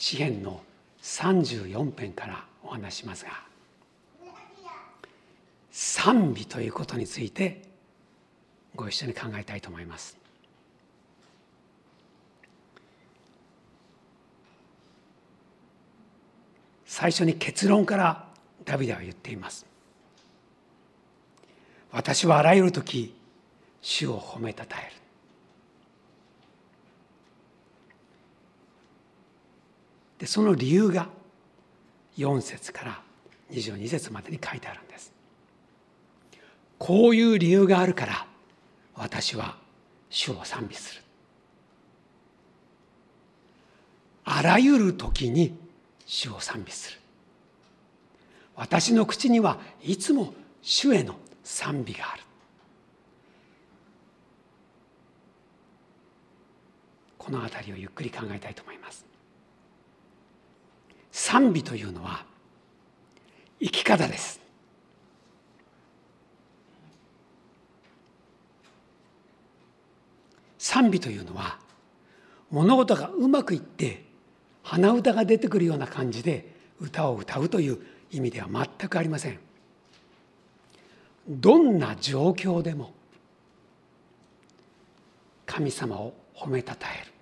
詩編の34編からお話しますが、賛美ということについてご一緒に考えたいと思います。最初に結論からダビデは言っています。私はあらゆる時、主を褒めたたえる。で、その理由が4節から22節までに書いてあるんです。こういう理由があるから私は主を賛美する。あらゆる時に主を賛美する。私の口にはいつも主への賛美がある。このあたりをゆっくり考えたいと思います。賛美というのは生き方です。賛美というのは物事がうまくいって鼻歌が出てくるような感じで歌を歌うという意味では全くありません。どんな状況でも神様を褒めたたえる。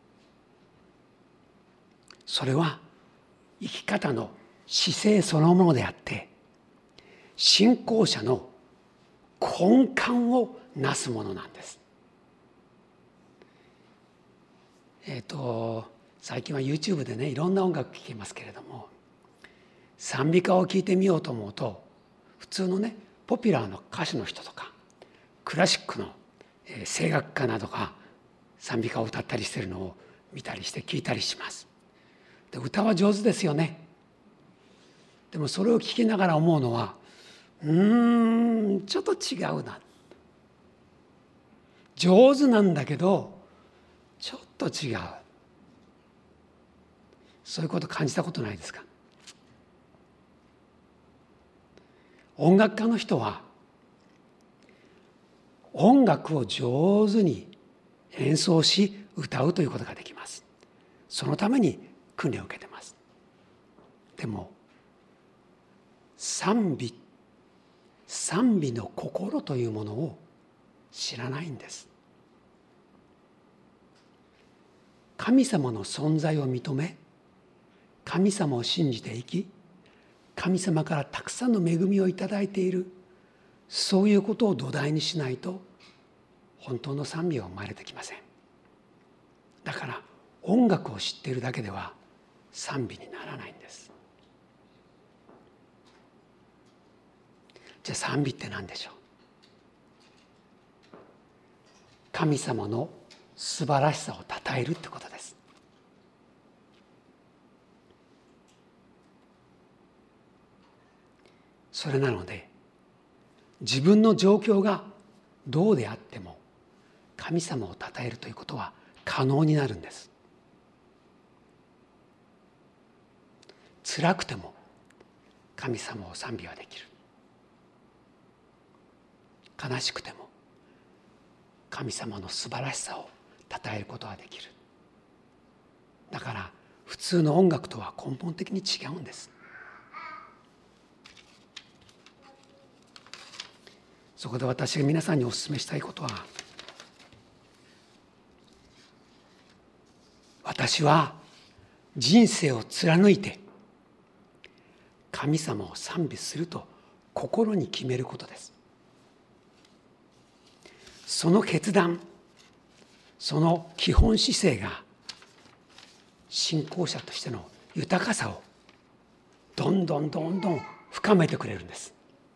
それは生き方の姿勢そのものであって、信仰者の根幹をなすものなんです。最近は YouTube でね、いろんな音楽聴けますけれども、賛美歌を聴いてみようと思うと、普通のね、ポピュラーの歌手の人とか、クラシックの声楽家などが賛美歌を歌ったりしているのを見たりして聞いたりします。で、歌は上手ですよね。でもそれを聞きながら思うのは、ちょっと違うな。上手なんだけど、ちょっと違う。そういうこと感じたことないですか？音楽家の人は音楽を上手に演奏し歌うということができます。そのために訓練を受けています。でも賛美の心というものを知らないんです。神様の存在を認め、神様を信じて生き、神様からたくさんの恵みをいただいている、そういうことを土台にしないと本当の賛美は生まれてきません。だから音楽を知っているだけでは賛美にならないんです。じゃあ賛美って何でしょう？神様の素晴らしさをたたえるってことです。それなので、自分の状況がどうであっても神様をたたえるということは可能になるんです。辛くても神様を賛美はできる。悲しくても神様の素晴らしさをたたえることはできる。だから普通の音楽とは根本的に違うんです。そこで私が皆さんにお勧めしたいことは、私は人生を貫いて神様を賛美すると心に決めることです。その決断、その基本姿勢が信仰者としての豊かさをどんどん深めてくれるんです。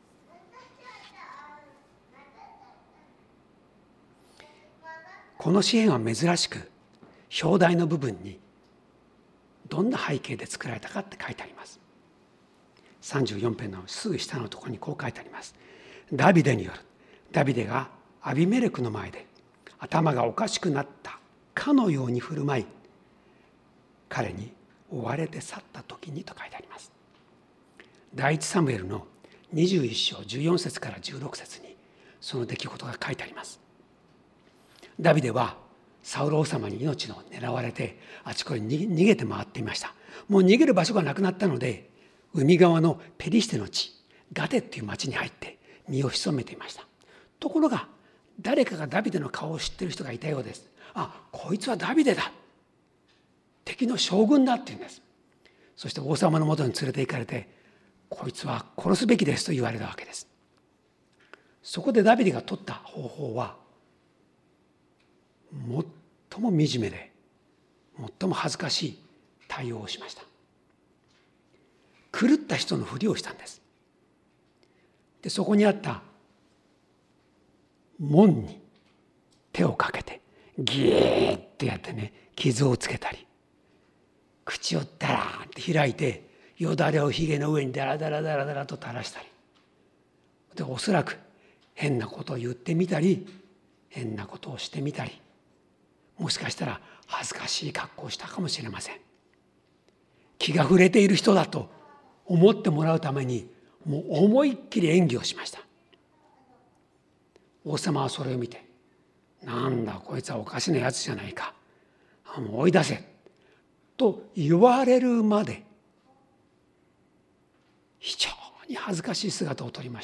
この詩篇は珍しく表題の部分にどんな背景で作られたかって書いてあります。34編のすぐ下のところにこう書いてあります。ダビデによる。ダビデがアビメレクの前で頭がおかしくなったかのように振る舞い、彼に追われて去った時にと書いてあります。第一サムエルの21章14節から16節にその出来事が書いてあります。ダビデはサウル王様に命を狙われてあちこちに逃げて回っていました。もう逃げる場所がなくなったので、海側のペリシテの地ガテっていう町に入って身を潜めていました。ところが誰かがダビデの顔を知っている人がいたようです。あ、こいつはダビデだ、敵の将軍だって言うんです。そして王様のもとに連れて行かれて、こいつは殺すべきですと言われたわけです。そこでダビデが取った方法は、最も惨めで最も恥ずかしい対応をしました。狂った人のふりをしたんです。で、そこにあった門に手をかけてギーッとやってね、傷をつけたり、口をダラーンって開いてよだれをひげの上にダラダラダラダラと垂らしたりで、おそらく変なことを言ってみたり変なことをしてみたり、もしかしたら恥ずかしい格好をしたかもしれません。気が触れている人だと思ってもらうためにもう思いっきり演技をしました。王様はそれを見て、なんだこいつはおかしなやつじゃないか、もう追い出せと言われるまで非常に恥ずかしい姿をとりました。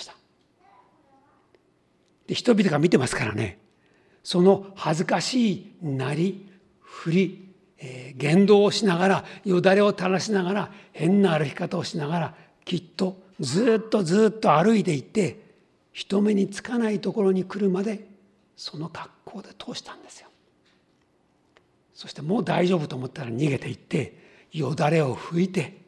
で、人々が見てますからね、その恥ずかしいなり振り、言動をしながら、よだれを垂らしながら、変な歩き方をしながら、きっとずっと歩いていって、人目につかないところに来るまでその格好で通したんですよ。そしてもう大丈夫と思ったら逃げていって、よだれを拭いて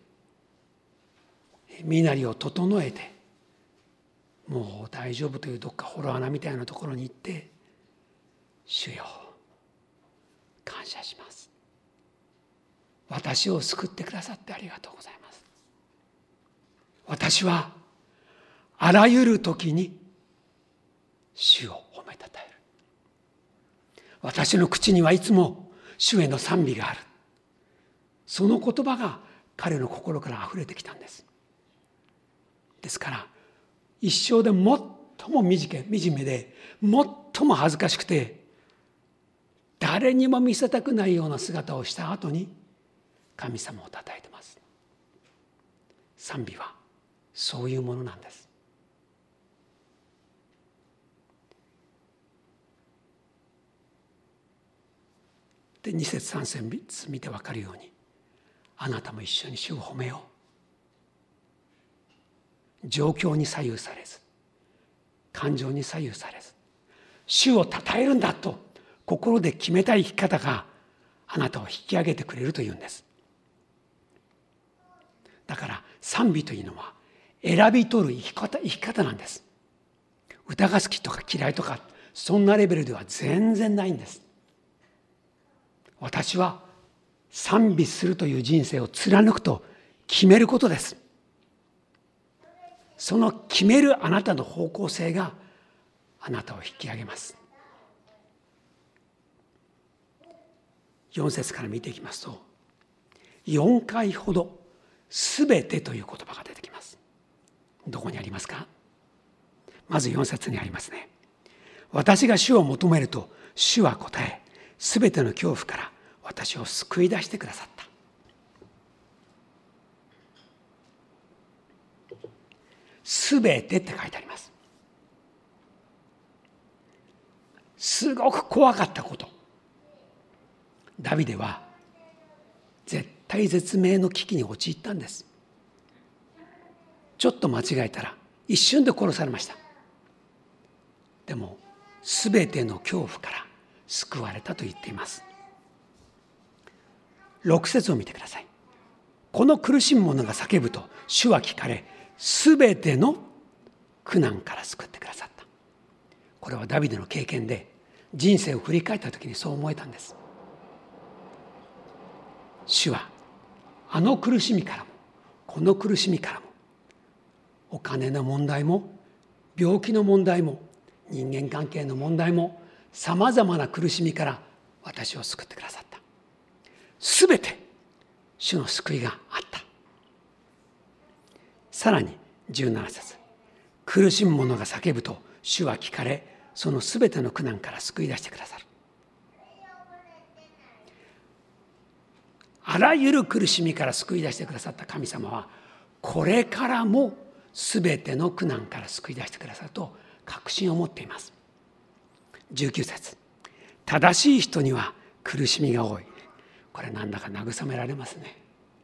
身なりを整えて、もう大丈夫というどっか洞穴みたいなところに行って、主よ感謝します、私を救ってくださってありがとうございます。私はあらゆる時に主を褒めたたえる。私の口にはいつも主への賛美がある。その言葉が彼の心からあふれてきたんです。ですから一生で最も惨めで最も恥ずかしくて誰にも見せたくないような姿をした後に神様をたたえてます。賛美はそういうものなんです。で、2節3節見て分かるように、あなたも一緒に主を褒めよう。状況に左右されず、感情に左右されず、主をたたえるんだと心で決めた生き方があなたを引き上げてくれるというんです。だから賛美というのは選び取る生き方なんです。歌が好きとか嫌いとかそんなレベルでは全然ないんです。私は賛美するという人生を貫くと決めることです。その決めるあなたの方向性があなたを引き上げます。4節から見ていきますと、4回ほどすべてという言葉が出てきます。どこにありますか？まず4節にありますね。私が主を求めると主は答え、すべての恐怖から私を救い出してくださった。すべてって書いてあります。すごく怖かったこと。ダビデは絶体絶命の危機に陥ったんです。ちょっと間違えたら一瞬で殺されました。でもすべての恐怖から救われたと言っています。6節を見てください。この苦しむ者が叫ぶと主は聞かれ、すべての苦難から救ってくださった。これはダビデの経験で人生を振り返った時にそう思えたんです。主はあの苦しみからもこの苦しみからも、お金の問題も病気の問題も人間関係の問題もさまざまな苦しみから私を救ってくださった。すべて主の救いがあった。さらに17節、苦しむ者が叫ぶと主は聞かれ、そのすべての苦難から救い出してくださる。 あらゆる苦しみから救い出してくださった神様は、これからもすべての苦難から救い出してくださると確信を持っています。19節、正しい人には苦しみが多い。これなんだか慰められますね。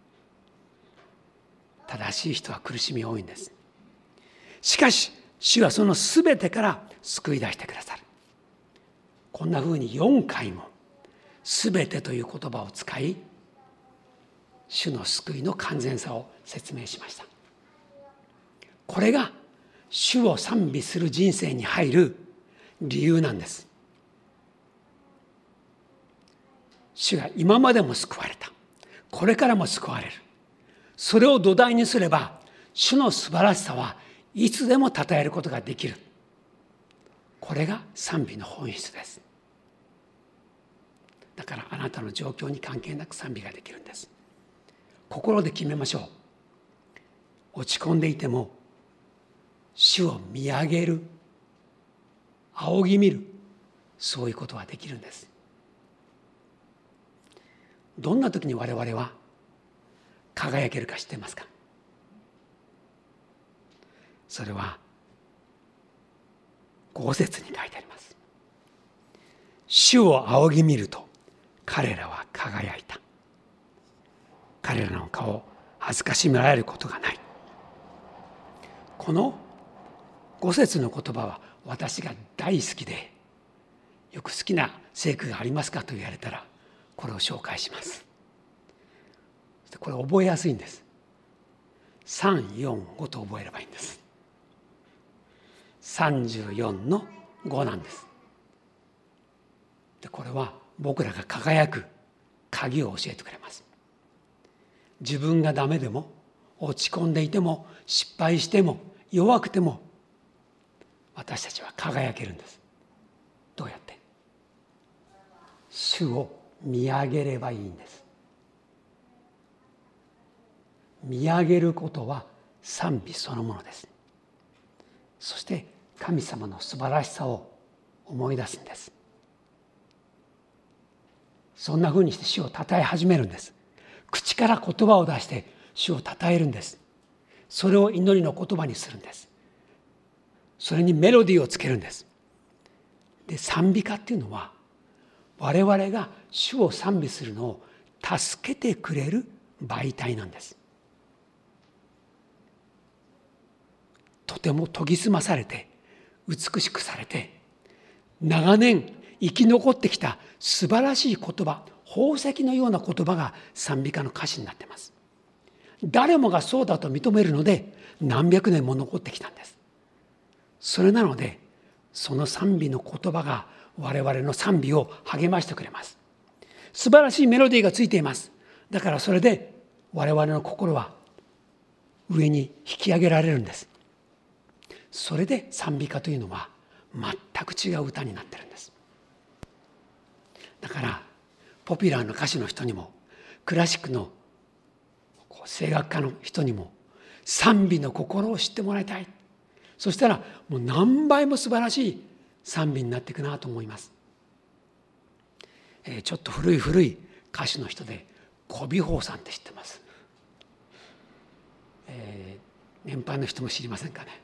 正しい人は苦しみ多いんです。しかし主はそのすべてから救い出してくださる。こんなふうに4回もすべてという言葉を使い、主の救いの完全さを説明しました。これが主を賛美する人生に入る理由なんです。主が今までも救われた。これからも救われる。それを土台にすれば、主の素晴らしさはいつでも称えることができる。これが賛美の本質です。だからあなたの状況に関係なく賛美ができるんです。心で決めましょう。落ち込んでいても主を見上げる、仰ぎ見る、そういうことはできるんです。どんな時に我々は輝けるか知っていますか？それは5節に書いてあります。主を仰ぎ見ると彼らは輝いた。彼らの顔を恥ずかしめられることがない。この5節の言葉は私が大好きで、よく好きな聖句がありますかと言われたらこれを紹介します。これ覚えやすいんです。3、4、5と覚えればいいんです。34の5なんです。でこれは僕らが輝く鍵を教えてくれます。自分がダメでも、落ち込んでいても、失敗しても、弱くても、私たちは輝けるんです。どうやって？主を見上げればいいんです。見上げることは賛美そのものです。そして神様の素晴らしさを思い出すんです。そんなふうにして主を称え始めるんです。口から言葉を出して主を称えるんです。それを祈りの言葉にするんです。それにメロディーをつけるんです。で、賛美歌っていうのは我々が主を賛美するのを助けてくれる媒体なんです。とても研ぎ澄まされて美しくされて、長年生き残ってきた素晴らしい言葉、宝石のような言葉が賛美歌の歌詞になっています。誰もがそうだと認めるので何百年も残ってきたんです。それなのでその賛美の言葉が我々の賛美を励ましてくれます。素晴らしいメロディーがついています。だからそれで我々の心は上に引き上げられるんです。それで賛美歌というのは全く違う歌になってるんです。だからポピュラーな歌手の人にもクラシックの声楽家の人にも賛美の心を知ってもらいたい。そしたらもう何倍も素晴らしい賛美になっていくなと思います。ちょっと古い歌手の人で小尾峰さんって知ってます？年配の人も知りませんかね。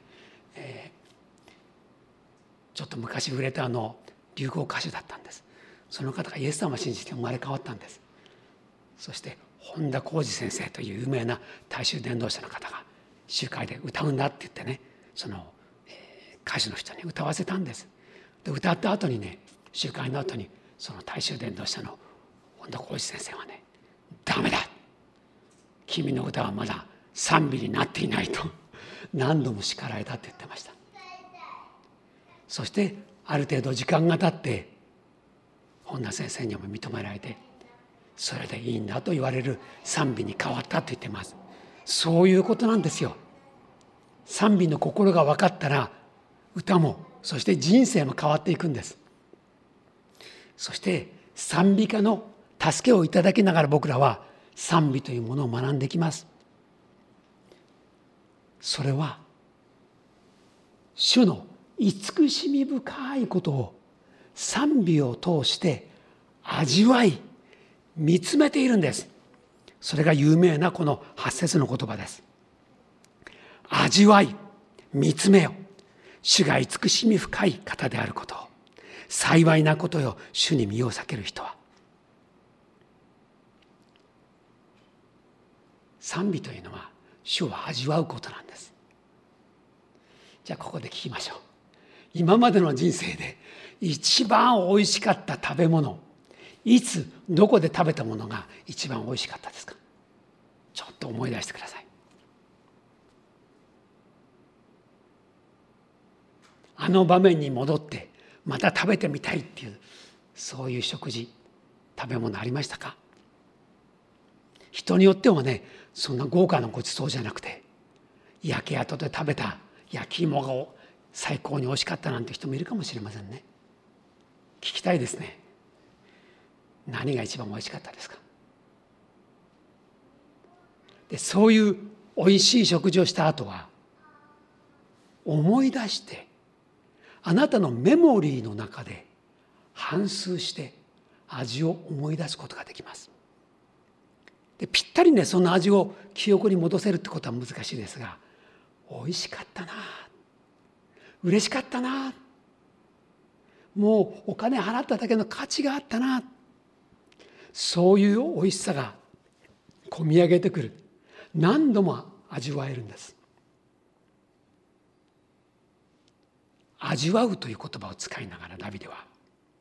ちょっと昔売れた流行歌手だったんです。その方がイエス様を信じて生まれ変わったんです。そして本田浩二先生という有名な大衆伝道者の方が集会で歌うんだって言ってね、その、歌手の人に歌わせたんです。で歌った後にね、集会の後にその大衆伝道者の本田浩二先生はね、ダメだ、君の歌はまだ賛美になっていないと何度も叱られたって言ってました。そしてある程度時間が経って本田先生にも認められて、それでいいんだと言われる賛美に変わったと言ってます。そういうことなんですよ。賛美の心が分かったら歌も、そして人生も変わっていくんです。そして賛美歌の助けをいただきながら僕らは賛美というものを学んできます。それは主の慈しみ深いことを賛美を通して味わい見つめているんです。 それが有名なこの8節の言葉です。味わい、見つめよ。主が慈しみ深い方であることを。幸いなことよ、主に身を避ける人は。賛美というのは主を味わうことなんです。じゃあここで聞きましょう。今までの人生で一番おいしかった食べ物、いつどこで食べたものが一番おいしかったですか？ちょっと思い出してください。あの場面に戻ってまた食べてみたいっていう、そういう食事、食べ物ありましたか？人によってはね、そんな豪華なごちそうじゃなくて、焼け跡で食べた焼き芋が最高に美味しかったなんて人もいるかもしれませんね。聞きたいですね。何が一番美味しかったですか？で、そういう美味しい食事をした後は、思い出してあなたのメモリーの中で反芻して味を思い出すことができます。で、ぴったりね、その味を記憶に戻せるってことは難しいですが、美味しかったな、嬉しかったな、もうお金払っただけの価値があったな、そういう美味しさがこみ上げてくる。何度も味わえるんです。味わうという言葉を使いながらダビデは、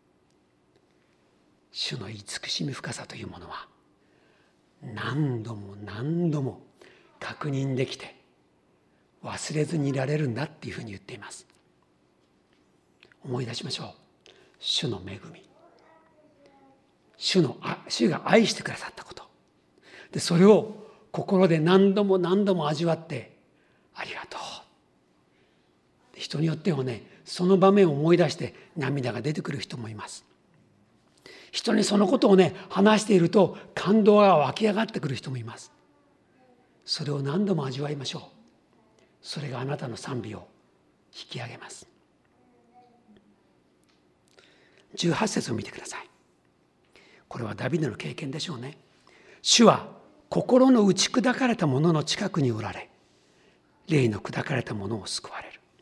主の慈しみ深さというものは何度も何度も確認できて忘れずにいられるんだっていうふうに言っています。思い出しましょう。主の恵み、主が愛してくださったことで、それを心で何度も何度も味わって、ありがとう。人によってはね、その場面を思い出して涙が出てくる人もいます。人にそのことをね、話していると感動が湧き上がってくる人もいます。それを何度も味わいましょう。それがあなたの賛美を引き上げます。18節を見てください。これはダビデの経験でしょうね。主は心の打ち砕かれた者の近くにおられ、霊の砕かれた者を救われる。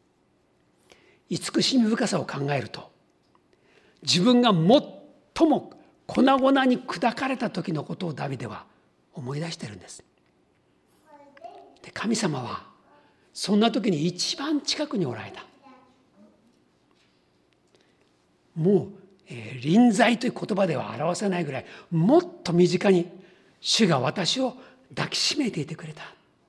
慈しみ深さを考えると、自分が最も粉々に砕かれた時のことをダビデは思い出しているんです。で、神様はそんな時に一番近くにおられた。もう、臨在という言葉では表せないぐらい、もっと身近に主が私を抱きしめていてくれた。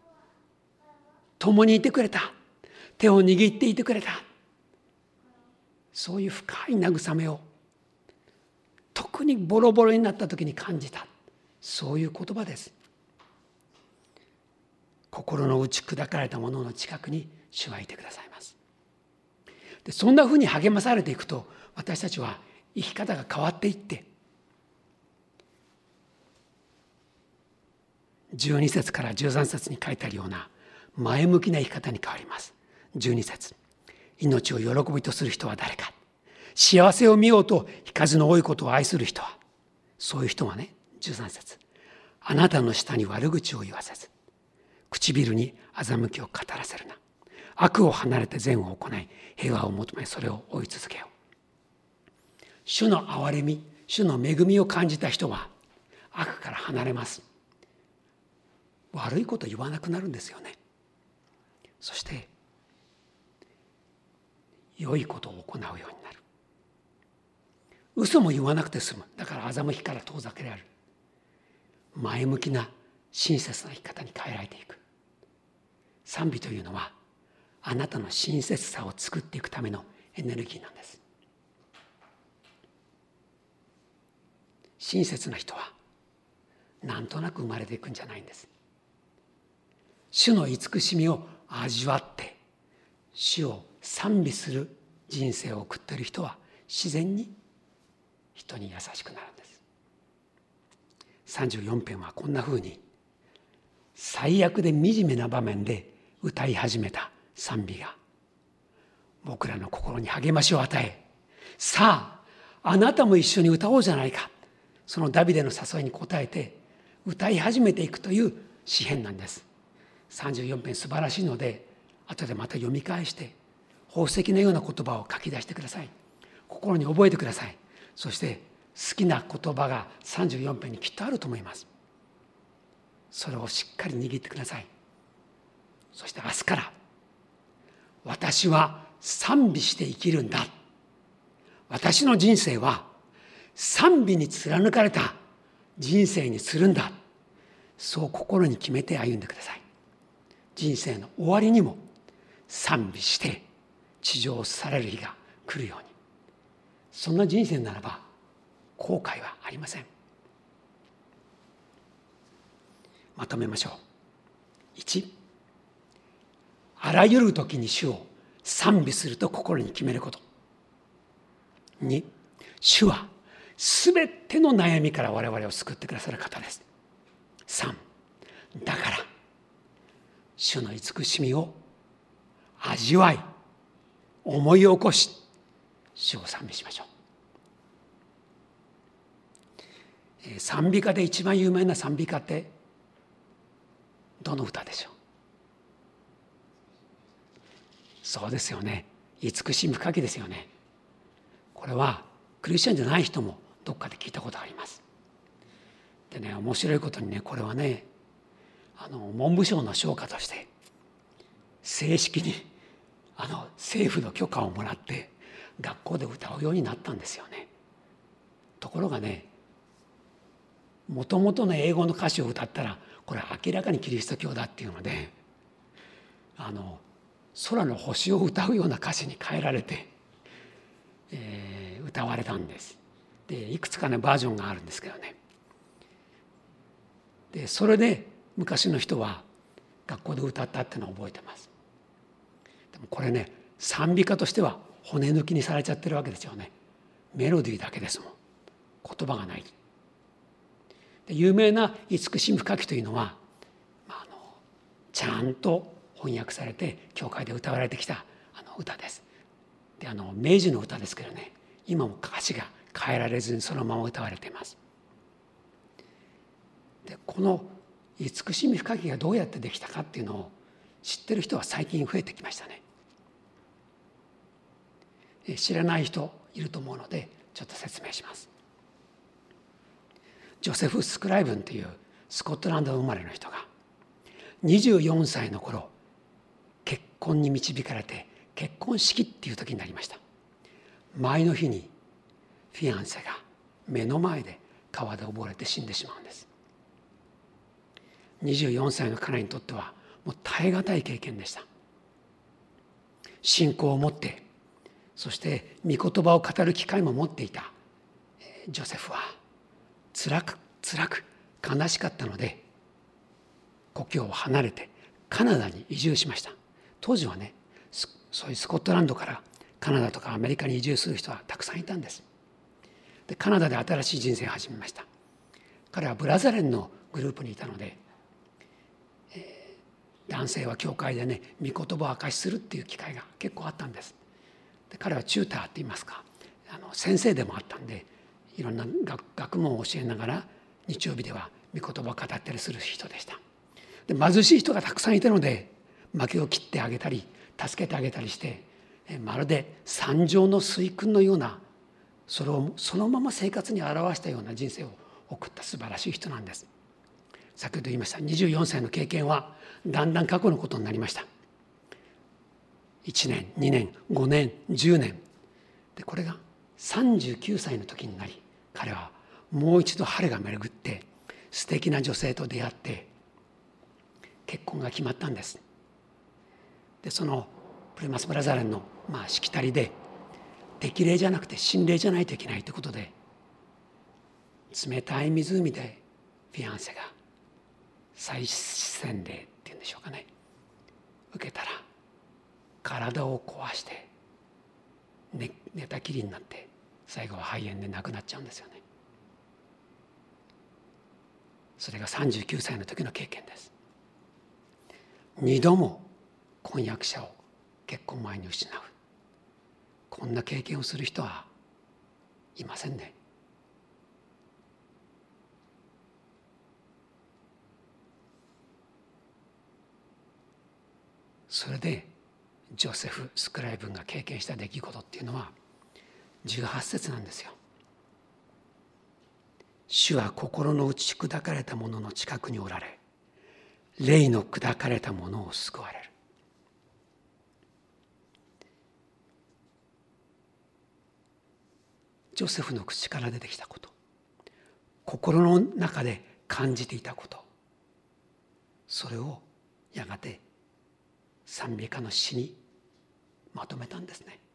共にいてくれた。手を握っていてくれた。そういう深い慰めを特にボロボロになった時に感じた。そういう言葉です。心の打ち砕かれた者の近くに主はいてくださいます。で、そんなふうに励まされていくと、私たちは生き方が変わっていって、12節から13節に書いてあるような前向きな生き方に変わります。12節、命を喜びとする人は誰か。幸せを見ようと引かずの多いことを愛する人は、そういう人はね、13節、あなたの下に悪口を言わせず、唇に欺きを語らせるな。悪を離れて善を行い、平和を求め、それを追い続けよう。主の憐れみ、主の恵みを感じた人は悪から離れます。悪いことを言わなくなるんですよね。そして良いことを行うようになる。嘘も言わなくて済む。だから欺きから遠ざけられる。前向きな親切な生き方に変えられていく。賛美というのはあなたの親切さを作っていくためのエネルギーなんです。親切な人はなんとなく生まれていくんじゃないんです。主の慈しみを味わって主を賛美する人生を送っている人は自然に人に優しくなるんです。34編はこんなふうに最悪で惨めな場面で歌い始めた賛美が僕らの心に励ましを与え、さああなたも一緒に歌おうじゃないか、そのダビデの誘いに応えて歌い始めていくという詩編なんです。34編素晴らしいので、後でまた読み返して宝石のような言葉を書き出してください。心に覚えてください。そして好きな言葉が34編にきっとあると思います。それをしっかり握ってください。そして明日から私は賛美して生きるんだ。私の人生は賛美に貫かれた人生にするんだ。そう心に決めて歩んでください。人生の終わりにも賛美して地上を去られる日が来るように。そんな人生ならば後悔はありません。まとめましょう。1、あらゆる時に主を賛美すると心に決めること。2、主はすべての悩みから我々を救ってくださる方です。3、だから主の慈しみを味わい思い起こし主を賛美しましょう。賛美歌で一番有名な賛美歌ってどの歌でしょう？そうですよね。慈しみ深きですよね。これはクリスチャンじゃない人もどっかで聞いたことあります。でね、面白いことにね、これはね、文部省の唱歌として正式に政府の許可をもらって学校で歌うようになったんですよね。ところがね、もともとの英語の歌詞を歌ったらこれは明らかにキリスト教だっていうので、空の星を歌うような歌詞に変えられて、歌われたんです。でいくつかねバージョンがあるんですけどね。でそれで昔の人は学校で歌ったっていうのを覚えてます。でもこれね、賛美歌としては骨抜きにされちゃってるわけですよね。メロディーだけですもん。言葉がない。で有名な慈しみ深きというのは、ちゃんと翻訳されて教会で歌われてきた歌です。で明治の歌ですけどね、今も歌詞が変えられずにそのまま歌われています。でこの慈しみ深きがどうやってできたかっていうのを知ってる人は最近増えてきましたね。知らない人いると思うのでちょっと説明します。ジョセフ・スクライブンというスコットランド生まれの人が24歳の頃結婚に導かれて結婚式っていう時になりました。前の日にフィアンセが目の前で川で溺れて死んでしまうんです。24歳の彼にとってはもう耐え難い経験でした。信仰を持ってそして御言葉を語る機会も持っていたジョセフは辛く悲しかったので故郷を離れてカナダに移住しました。当時はね、そういうスコットランドからカナダとかアメリカに移住する人はたくさんいたんです。でカナダで新しい人生を始めました。彼はブラザレンのグループにいたので、男性は教会でね御言葉を明かしするっていう機会が結構あったんです。で彼はチューターって言いますか、先生でもあったんでいろんな学問を教えながら日曜日では御言葉を語ったりする人でした。で貧しい人がたくさんいたので薪を切ってあげたり助けてあげたりして、まるで山上の水訓のようなそれをそのまま生活に表したような人生を送った素晴らしい人なんです。先ほど言いました24歳の経験はだんだん過去のことになりました。1年2年5年10年でこれが39歳の時になり、彼はもう一度晴れが巡って素敵な女性と出会って結婚が決まったんです。でそのプリマス・ブラザレンのしきたりで適齢じゃなくて新齢じゃないといけないということで冷たい湖でフィアンセが再洗礼っていうんでしょうかね受けたら体を壊して、寝たきりになって最後は肺炎で亡くなっちゃうんですよね。それが39歳の時の経験です。2度も婚約者を結婚前に失う、こんな経験をする人はいませんね。 それでジョセフ・スクライブンが経験した出来事っていうのは18節なんですよ。主は心の打ち砕かれた者の近くにおられ、霊の砕かれた者を救われる。ジョセフの口から出てきたこと、心の中で感じていたこと、それをやがて賛美歌の詩にまとめたんですね。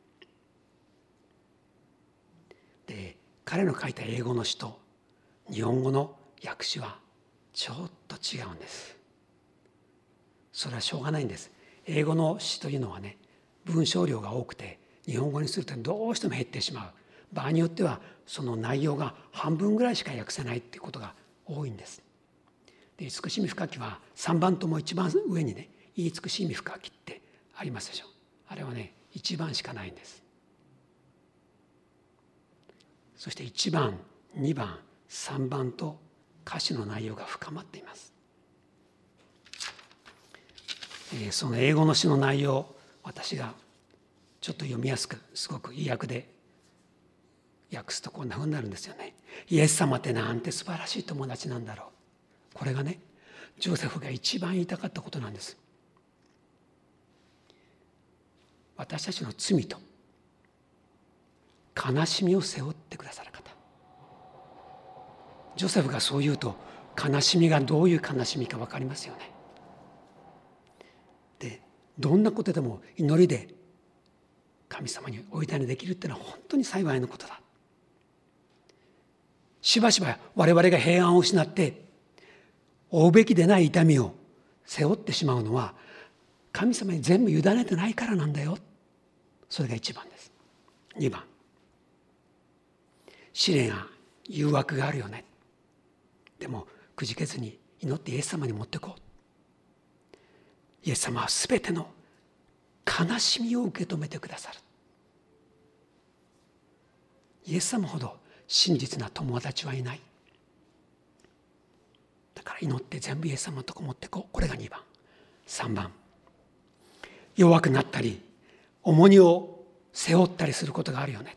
で、彼の書いた英語の詩と日本語の訳詞はちょっと違うんです。それはしょうがないんです。英語の詩というのはね、文章量が多くて日本語にするとどうしても減ってしまう。場合によってはその内容が半分ぐらいしか訳せないっていうことが多いんです。で、慈しみ深きは3番とも一番上にね、慈しみ深きってありますでしょ。あれはね、1番しかないんです。そして1番、2番、3番と歌詞の内容が深まっています。その英語の詩の内容、私がちょっと読みやすく、すごくいい訳で訳すとこんなふうになるんですよね。イエス様ってなんて素晴らしい友達なんだろう。これがね、ジョセフが一番言いたかったことなんです。私たちの罪と悲しみを背負ってくださる方。ジョセフがそう言うと、悲しみがどういう悲しみか分かりますよね。で、どんなことでも祈りで神様にお祈りできるっていうのは本当に幸いのことだ。しばしば我々が平安を失って負うべきでない痛みを背負ってしまうのは神様に全部委ねてないからなんだよ。それが1番です。2番、試練や誘惑があるよね。でもくじけずに祈ってイエス様に持っていこう。イエス様はすべての悲しみを受け止めてくださる。イエス様ほど真実な友達はいない。だから祈って全部イエス様のとこ持っていこう。これが2番。3番、弱くなったり重荷を背負ったりすることがあるよね。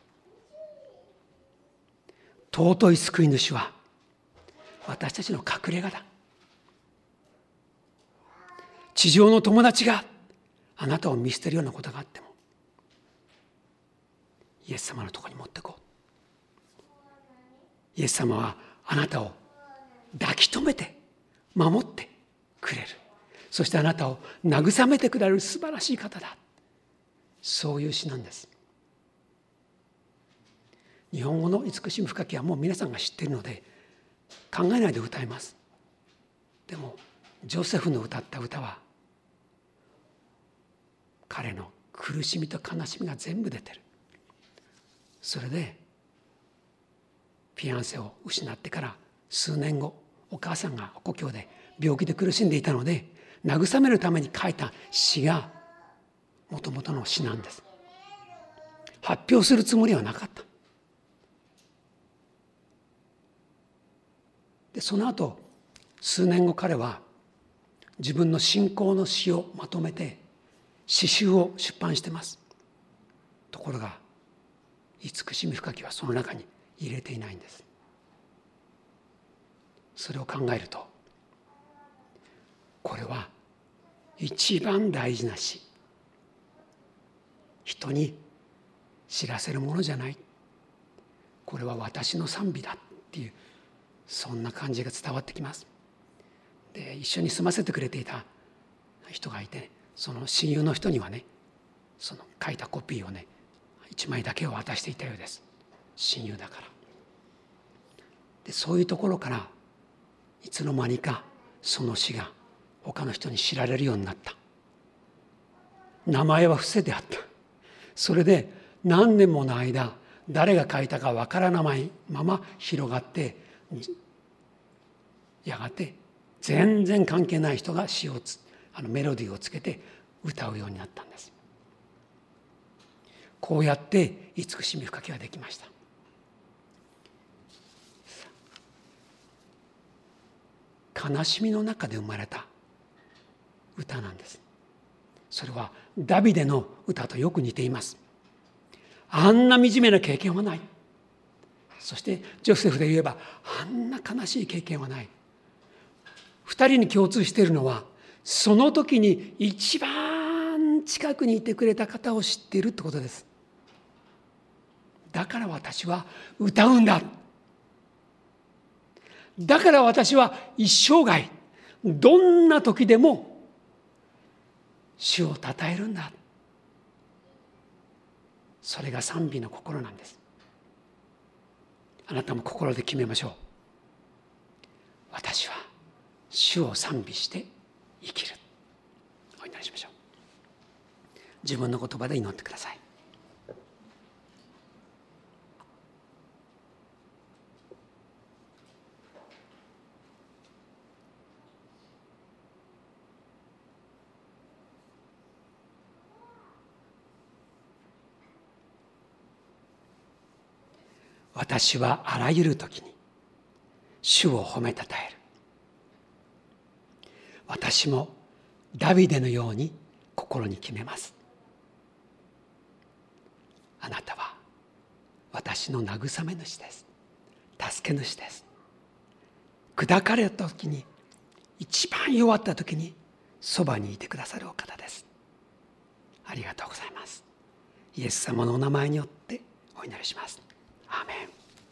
尊い救い主は私たちの隠れ家だ。地上の友達があなたを見捨てるようなことがあってもイエス様のところに持っていこう。イエス様はあなたを抱き留めて守ってくれる。そしてあなたを慰めてくれる素晴らしい方だ。そういう詩なんです。日本語の慈しみ深きはもう皆さんが知っているので考えないで歌います。でもジョセフの歌った歌は彼の苦しみと悲しみが全部出てる。それでフィアンセを失ってから数年後、お母さんが故郷で病気で苦しんでいたので慰めるために書いた詩がもともとの詩なんです。発表するつもりはなかった。でその後数年後彼は自分の信仰の詩をまとめて詩集を出版してます。ところが慈しみ深きはその中に入れていないんです。それを考えるとこれは一番大事な詩、人に知らせるものじゃない、これは私の賛美だっていうそんな感じが伝わってきます。で一緒に住ませてくれていた人がいて、その親友の人にはねその書いたコピーをね1枚だけを渡していたようです。親友だから。でそういうところからいつの間にかその詩が他の人に知られるようになった。名前は伏せてあった。それで何年もの間誰が書いたかわからないまま広がって、やがて全然関係ない人が詩をメロディーをつけて歌うようになったんです。こうやって慈しみ深きができました。悲しみの中で生まれた歌なんです。 それはダビデの歌とよく似ています。あんな惨めな経験はない。そしてジョセフで言えばあんな悲しい経験はない。二人に共通しているのは、その時に一番近くにいてくれた方を知っているってことです。だから私は歌うんだ。だから私は一生涯どんな時でも主を称えるんだ。それが賛美の心なんです。あなたも心で決めましょう。私は主を賛美して生きる。お祈りしましょう。自分の言葉で祈ってください。私はあらゆる時に主を褒めたたえる。私もダビデのように心に決めます。あなたは私の慰め主です。助け主です。砕かれた時に、一番弱った時にそばにいてくださるお方です。ありがとうございます。イエス様のお名前によってお祈りします。アーメン。